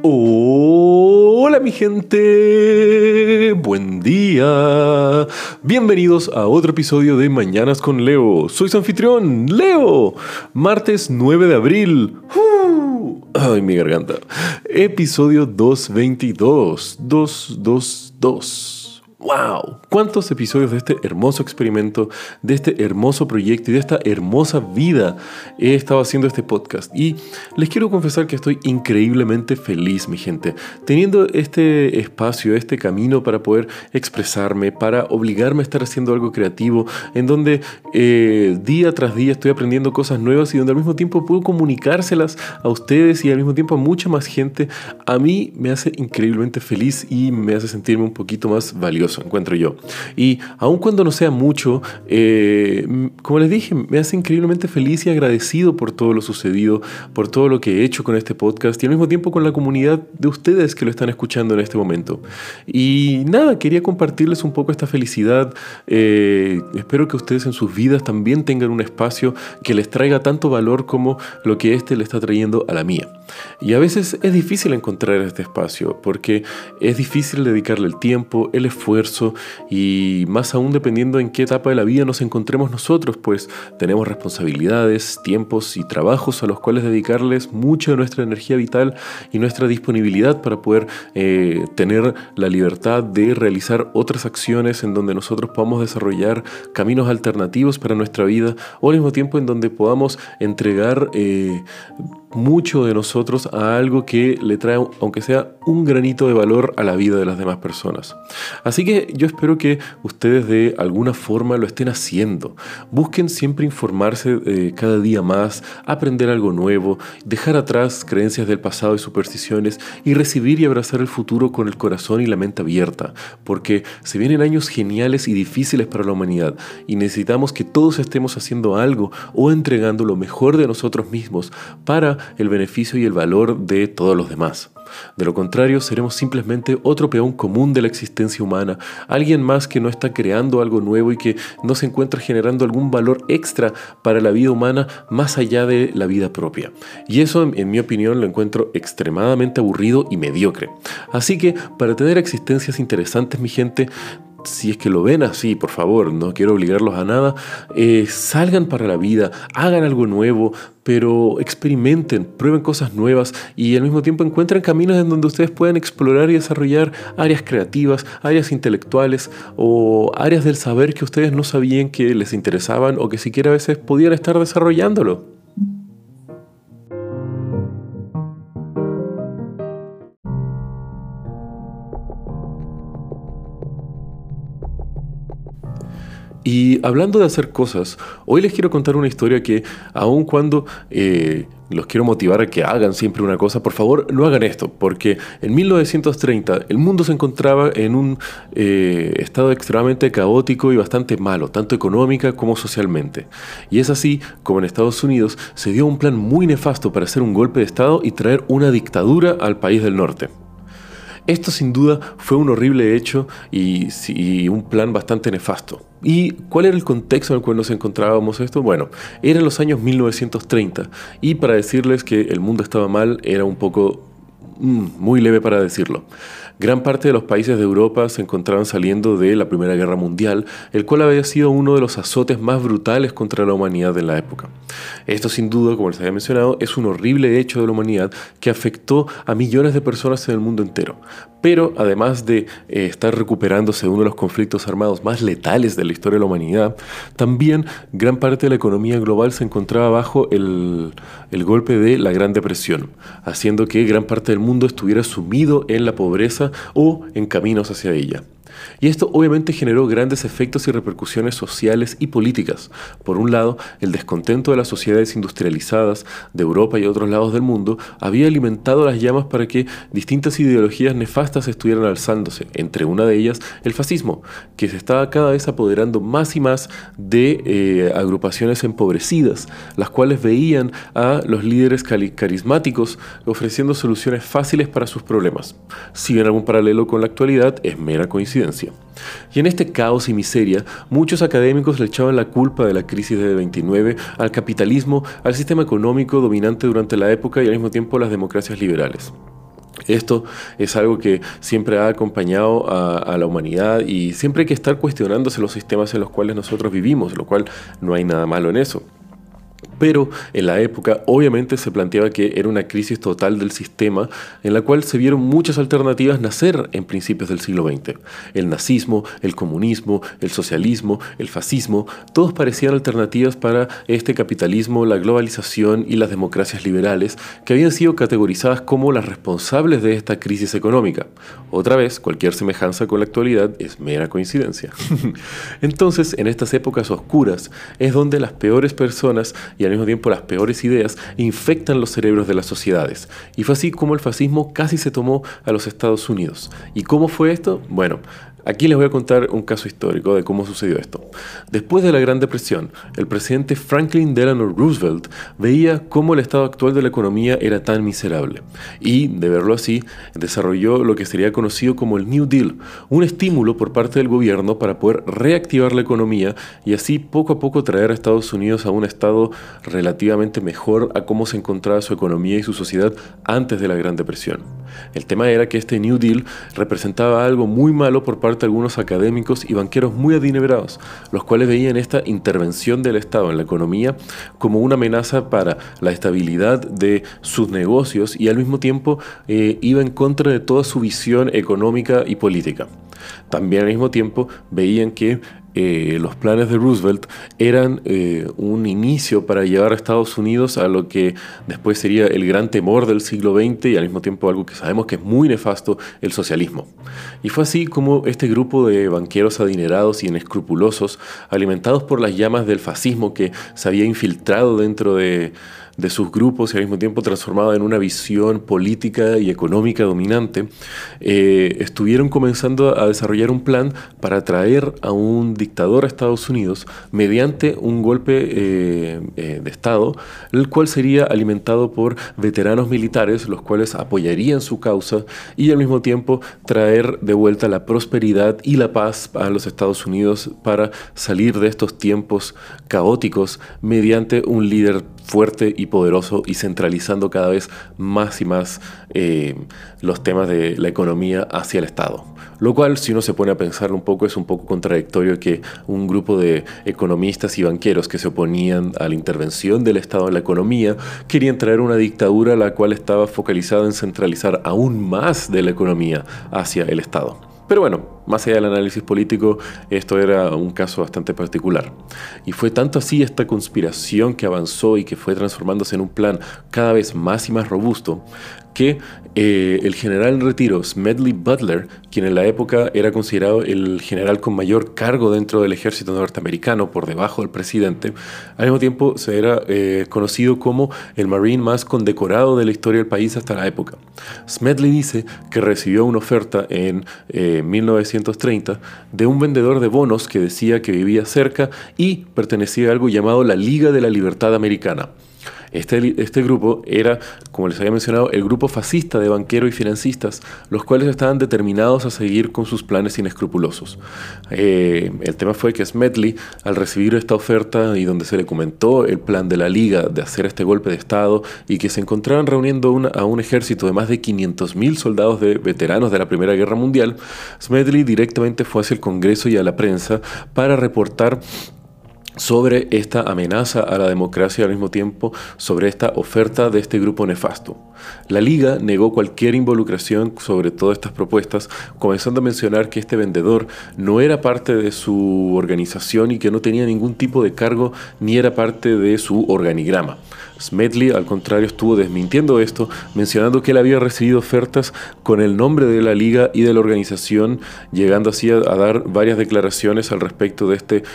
Hola mi gente, buen día, bienvenidos a otro episodio de Mañanas con Leo. Soy su anfitrión, Leo. Martes 9 de abril. Ay, mi garganta. Episodio 222. 222. ¡Wow! ¿Cuántos episodios de este hermoso experimento, de este hermoso proyecto y de esta hermosa vida he estado haciendo este podcast? Y les quiero confesar que estoy increíblemente feliz, mi gente, teniendo este espacio, este camino para poder expresarme, para obligarme a estar haciendo algo creativo, en donde día tras día estoy aprendiendo cosas nuevas y donde al mismo tiempo puedo comunicárselas a ustedes y al mismo tiempo a mucha más gente. A mí me hace increíblemente feliz y me hace sentirme un poquito más valioso, encuentro yo. Y aun cuando no sea mucho, como les dije, me hace increíblemente feliz y agradecido por todo lo sucedido, por todo lo que he hecho con este podcast y al mismo tiempo con la comunidad de ustedes que lo están escuchando en este momento. Y nada, quería compartirles un poco esta felicidad. Espero que ustedes en sus vidas también tengan un espacio que les traiga tanto valor como lo que este le está trayendo a la mía. Y a veces es difícil encontrar este espacio porque es difícil dedicarle el tiempo, el esfuerzo y más aún dependiendo en qué etapa de la vida nos encontremos nosotros, pues tenemos responsabilidades, tiempos y trabajos a los cuales dedicarles mucha de nuestra energía vital y nuestra disponibilidad para poder tener la libertad de realizar otras acciones en donde nosotros podamos desarrollar caminos alternativos para nuestra vida o al mismo tiempo en donde podamos entregar mucho de nosotros a algo que le trae, aunque sea un granito de valor a la vida de las demás personas. Así que yo espero que ustedes de alguna forma lo estén haciendo. Busquen siempre informarse cada día más, aprender algo nuevo, dejar atrás creencias del pasado y supersticiones y recibir y abrazar el futuro con el corazón y la mente abierta, porque se vienen años geniales y difíciles para la humanidad y necesitamos que todos estemos haciendo algo o entregando lo mejor de nosotros mismos para el beneficio y el valor de todos los demás. De lo contrario, seremos simplemente otro peón común de la existencia humana, alguien más que no está creando algo nuevo y que no se encuentra generando algún valor extra para la vida humana más allá de la vida propia. Y eso, en mi opinión, lo encuentro extremadamente aburrido y mediocre. Así que, para tener existencias interesantes, mi gente, si es que lo ven así, por favor, no quiero obligarlos a nada, salgan para la vida, hagan algo nuevo, pero experimenten, prueben cosas nuevas y al mismo tiempo encuentren caminos en donde ustedes puedan explorar y desarrollar áreas creativas, áreas intelectuales o áreas del saber que ustedes no sabían que les interesaban o que siquiera a veces podían estar desarrollándolo. Y hablando de hacer cosas, hoy les quiero contar una historia que, aun cuando los quiero motivar a que hagan siempre una cosa, por favor no hagan esto, porque en 1930 el mundo se encontraba en un estado extremadamente caótico y bastante malo, tanto económica como socialmente. Y es así como en Estados Unidos se dio un plan muy nefasto para hacer un golpe de estado y traer una dictadura al país del norte. Esto sin duda fue un horrible hecho y un plan bastante nefasto. ¿Y cuál era el contexto en el cual nos encontrábamos esto? Bueno, eran los años 1930 y para decirles que el mundo estaba mal era un poco muy leve para decirlo. Gran parte de los países de Europa se encontraban saliendo de la Primera Guerra Mundial, el cual había sido uno de los azotes más brutales contra la humanidad en la época. Esto sin duda, como les había mencionado, es un horrible hecho de la humanidad que afectó a millones de personas en el mundo entero. Pero además de estar recuperándose de uno de los conflictos armados más letales de la historia de la humanidad, también gran parte de la economía global se encontraba bajo el golpe de la Gran Depresión, haciendo que gran parte del mundo estuviera sumido en la pobreza o en caminos hacia ella. Y esto obviamente generó grandes efectos y repercusiones sociales y políticas. Por un lado, el descontento de las sociedades industrializadas de Europa y otros lados del mundo había alimentado las llamas para que distintas ideologías nefastas estuvieran alzándose, entre una de ellas el fascismo, que se estaba cada vez apoderando más y más de agrupaciones empobrecidas, las cuales veían a los líderes carismáticos ofreciendo soluciones fáciles para sus problemas. Si ven algún paralelo con la actualidad, es mera coincidencia. Y en este caos y miseria, muchos académicos le echaban la culpa de la crisis de 29 al capitalismo, al sistema económico dominante durante la época y al mismo tiempo a las democracias liberales. Esto es algo que siempre ha acompañado a la humanidad y siempre hay que estar cuestionándose los sistemas en los cuales nosotros vivimos, lo cual no hay nada malo en eso. Pero en la época obviamente se planteaba que era una crisis total del sistema en la cual se vieron muchas alternativas nacer en principios del siglo XX. El nazismo, el comunismo, el socialismo, el fascismo, todos parecían alternativas para este capitalismo, la globalización y las democracias liberales que habían sido categorizadas como las responsables de esta crisis económica. Otra vez, cualquier semejanza con la actualidad es mera coincidencia. Entonces, en estas épocas oscuras es donde las peores personas y al mismo tiempo las peores ideas infectan los cerebros de las sociedades. Y fue así como el fascismo casi se tomó a los Estados Unidos. ¿Y cómo fue esto? Bueno, aquí les voy a contar un caso histórico de cómo sucedió esto. Después de la Gran Depresión, el presidente Franklin Delano Roosevelt veía cómo el estado actual de la economía era tan miserable. Y, de verlo así, desarrolló lo que sería conocido como el New Deal, un estímulo por parte del gobierno para poder reactivar la economía y así poco a poco traer a Estados Unidos a un estado relativamente mejor a cómo se encontraba su economía y su sociedad antes de la Gran Depresión. El tema era que este New Deal representaba algo muy malo por parte de algunos académicos y banqueros muy adinerados, los cuales veían esta intervención del Estado en la economía como una amenaza para la estabilidad de sus negocios y al mismo tiempo iba en contra de toda su visión económica y política. También al mismo tiempo veían que los planes de Roosevelt eran un inicio para llevar a Estados Unidos a lo que después sería el gran temor del siglo XX y al mismo tiempo algo que sabemos que es muy nefasto, el socialismo. Y fue así como este grupo de banqueros adinerados y inescrupulosos, alimentados por las llamas del fascismo que se había infiltrado dentro de sus grupos y al mismo tiempo transformada en una visión política y económica dominante, estuvieron comenzando a desarrollar un plan para traer a un dictador a Estados Unidos mediante un golpe de Estado, el cual sería alimentado por veteranos militares, los cuales apoyarían su causa y al mismo tiempo traer de vuelta la prosperidad y la paz a los Estados Unidos para salir de estos tiempos caóticos mediante un líder fuerte y poderoso y centralizando cada vez más y más los temas de la economía hacia el Estado. Lo cual, si uno se pone a pensarlo un poco, es un poco contradictorio que un grupo de economistas y banqueros que se oponían a la intervención del Estado en la economía querían traer una dictadura la cual estaba focalizada en centralizar aún más de la economía hacia el Estado. Pero bueno, más allá del análisis político, esto era un caso bastante particular. Y fue tanto así esta conspiración que avanzó y que fue transformándose en un plan cada vez más y más robusto, que el general en retiro Smedley Butler, quien en la época era considerado el general con mayor cargo dentro del ejército norteamericano por debajo del presidente, al mismo tiempo se era conocido como el Marine más condecorado de la historia del país hasta la época. Smedley dice que recibió una oferta en 1930 de un vendedor de bonos que decía que vivía cerca y pertenecía a algo llamado la Liga de la Libertad Americana. Este grupo era, como les había mencionado, el grupo fascista de banqueros y financistas, los cuales estaban determinados a seguir con sus planes inescrupulosos. El tema fue que Smedley, al recibir esta oferta y donde se le comentó el plan de la Liga de hacer este golpe de Estado y que se encontraban reuniendo a un ejército de más de 500.000 soldados de veteranos de la Primera Guerra Mundial, Smedley directamente fue hacia el Congreso y a la prensa para reportar sobre esta amenaza a la democracia y al mismo tiempo sobre esta oferta de este grupo nefasto. La Liga negó cualquier involucración sobre todas estas propuestas, comenzando a mencionar que este vendedor no era parte de su organización y que no tenía ningún tipo de cargo ni era parte de su organigrama. Smedley, al contrario, estuvo desmintiendo esto, mencionando que él había recibido ofertas con el nombre de la Liga y de la organización, llegando así a dar varias declaraciones al respecto de este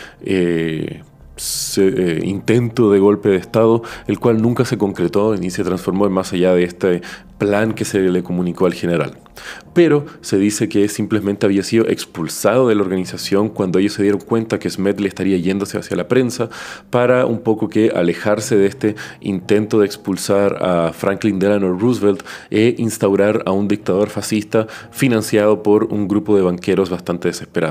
intento de golpe de Estado, el cual nunca se concretó ni se transformó en más allá de este plan que se le comunicó al general. Pero se dice que simplemente había sido expulsado de la organización cuando ellos se dieron cuenta que Smedley estaría yéndose hacia la prensa para un poco que alejarse de este intento de expulsar a Franklin Delano Roosevelt e instaurar a un dictador fascista financiado por un grupo de banqueros bastante desesperados.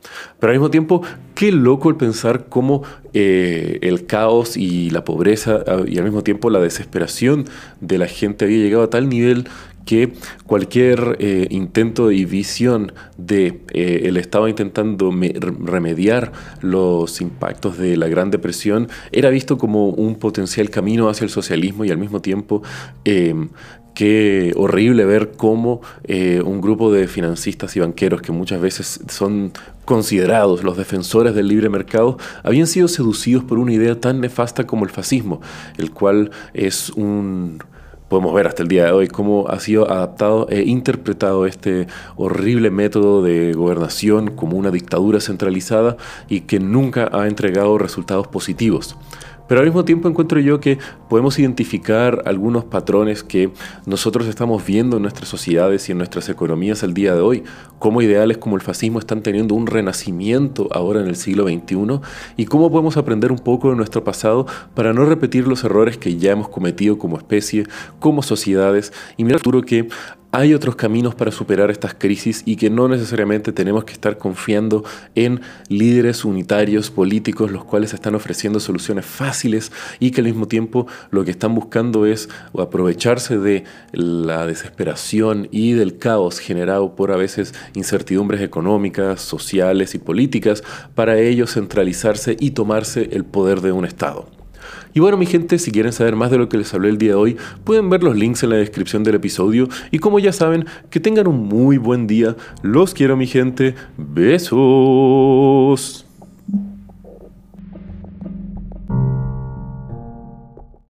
Pero al mismo tiempo, qué loco el pensar cómo el caos y la pobreza y al mismo tiempo la desesperación de la gente había llegado a tal nivel que cualquier intento de visión de el Estado intentando remediar los impactos de la Gran Depresión era visto como un potencial camino hacia el socialismo y al mismo tiempo qué horrible ver cómo un grupo de financistas y banqueros que muchas veces son considerados los defensores del libre mercado habían sido seducidos por una idea tan nefasta como el fascismo, el cual es podemos ver hasta el día de hoy cómo ha sido adaptado e interpretado este horrible método de gobernación como una dictadura centralizada y que nunca ha entregado resultados positivos. Pero al mismo tiempo encuentro yo que podemos identificar algunos patrones que nosotros estamos viendo en nuestras sociedades y en nuestras economías al día de hoy, cómo ideales como el fascismo están teniendo un renacimiento ahora en el siglo XXI y cómo podemos aprender un poco de nuestro pasado para no repetir los errores que ya hemos cometido como especie, como sociedades y mirar al futuro que hay otros caminos para superar estas crisis y que no necesariamente tenemos que estar confiando en líderes unitarios políticos los cuales están ofreciendo soluciones fáciles y que al mismo tiempo lo que están buscando es aprovecharse de la desesperación y del caos generado por a veces incertidumbres económicas, sociales y políticas para ellos centralizarse y tomarse el poder de un Estado. Y bueno, mi gente, si quieren saber más de lo que les hablé el día de hoy, pueden ver los links en la descripción del episodio. Y como ya saben, que tengan un muy buen día. Los quiero, mi gente. Besos.